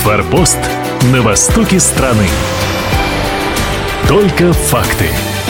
Форпост на востоке страны. Только факты.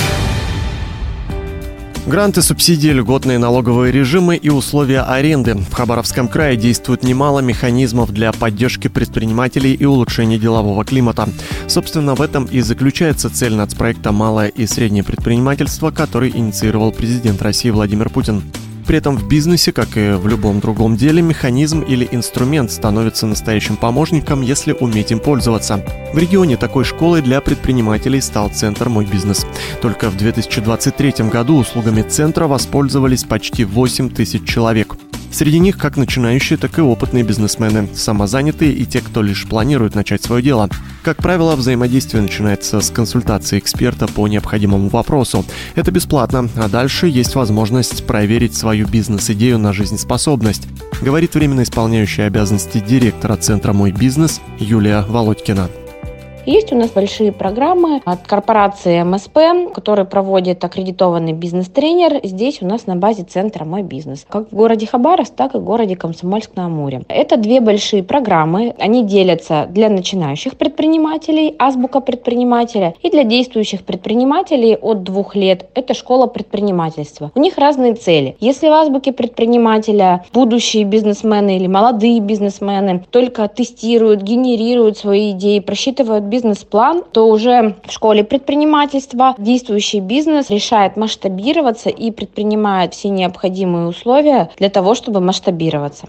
Гранты, субсидии, льготные налоговые режимы и условия аренды. В Хабаровском крае действует немало механизмов для поддержки предпринимателей и улучшения делового климата. Собственно, в этом и заключается цель нацпроекта «Малое и среднее предпринимательство», который инициировал президент России Владимир Путин. При этом в бизнесе, как и в любом другом деле, механизм или инструмент становится настоящим помощником, если уметь им пользоваться. В регионе такой школой для предпринимателей стал центр «Мой бизнес». Только в 2023 году услугами центра воспользовались почти 8 тысяч человек. Среди них как начинающие, так и опытные бизнесмены, самозанятые и те, кто лишь планирует начать свое дело. Как правило, взаимодействие начинается с консультации эксперта по необходимому вопросу. Это бесплатно, а дальше есть возможность проверить свою бизнес-идею на жизнеспособность, говорит временно исполняющая обязанности директора центра «Мой бизнес» Юлия Володькина. Есть у нас большие программы от корпорации МСП, которые проводит аккредитованный бизнес-тренер. Здесь у нас на базе центра «Мой бизнес». Как в городе Хабаровск, так и в городе Комсомольск-на-Амуре. Это две большие программы. Они делятся для начинающих предпринимателей, азбука предпринимателя, и для действующих предпринимателей от 2 лет. Это школа предпринимательства. У них разные цели. Если в азбуке предпринимателя будущие бизнесмены или молодые бизнесмены только тестируют, генерируют свои идеи, просчитывают бизнес-план, то уже в школе предпринимательства действующий бизнес решает масштабироваться и предпринимает все необходимые условия для того, чтобы масштабироваться.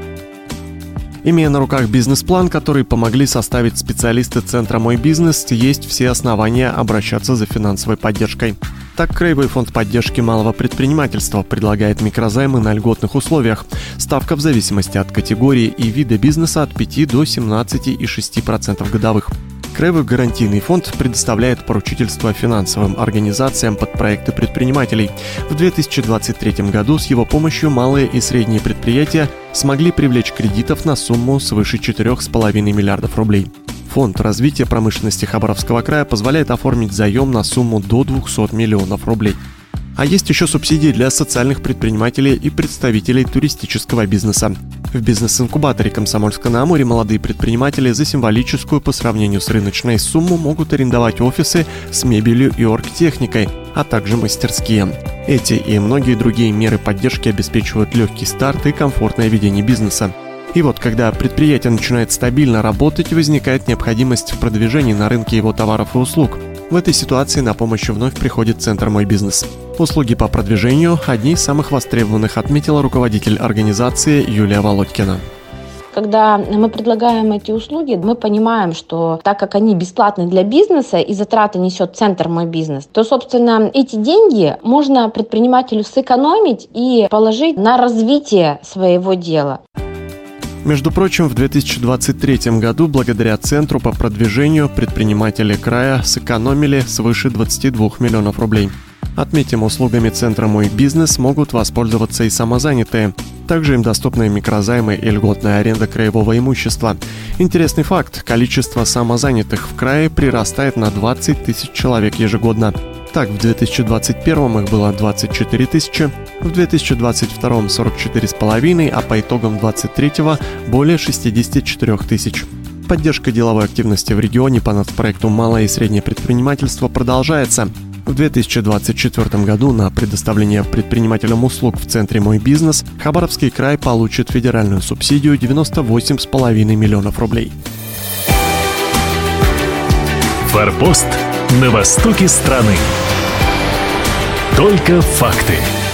Имея на руках бизнес-план, который помогли составить специалисты центра «Мой бизнес», есть все основания обращаться за финансовой поддержкой. Так, Краевой фонд поддержки малого предпринимательства предлагает микрозаймы на льготных условиях. Ставка в зависимости от категории и вида бизнеса от 5 до 17,6% годовых. Краевой гарантийный фонд предоставляет поручительство финансовым организациям под проекты предпринимателей. В 2023 году с его помощью малые и средние предприятия смогли привлечь кредитов на сумму свыше 4,5 миллиардов рублей. Фонд развития промышленности Хабаровского края позволяет оформить заем на сумму до 200 миллионов рублей. А есть еще субсидии для социальных предпринимателей и представителей туристического бизнеса. В бизнес-инкубаторе Комсомольска-на-Амуре молодые предприниматели за символическую по сравнению с рыночной сумму могут арендовать офисы с мебелью и оргтехникой, а также мастерские. Эти и многие другие меры поддержки обеспечивают легкий старт и комфортное ведение бизнеса. И вот, когда предприятие начинает стабильно работать, возникает необходимость в продвижении на рынке его товаров и услуг. В этой ситуации на помощь вновь приходит центр «Мой бизнес». Услуги по продвижению – одни из самых востребованных, отметила руководитель организации Юлия Володькина. Когда мы предлагаем эти услуги, мы понимаем, что так как они бесплатны для бизнеса и затраты несет центр «Мой бизнес», то, собственно, эти деньги можно предпринимателю сэкономить и положить на развитие своего дела. Между прочим, в 2023 году благодаря Центру по продвижению предприниматели края сэкономили свыше 22 миллионов рублей. Отметим, услугами Центра «Мой бизнес» могут воспользоваться и самозанятые. Также им доступны микрозаймы и льготная аренда краевого имущества. Интересный факт – количество самозанятых в крае прирастает на 20 тысяч человек ежегодно. Так, в 2021 их было 24 тысячи, в 2022 44,5, а по итогам 2023 более 64 тысяч. Поддержка деловой активности в регионе по нацпроекту «Малое и среднее предпринимательство» продолжается. В 2024 году на предоставление предпринимателям услуг в центре «Мой бизнес» Хабаровский край получит федеральную субсидию 98,5 миллионов рублей. Форпост на востоке страны. Только факты.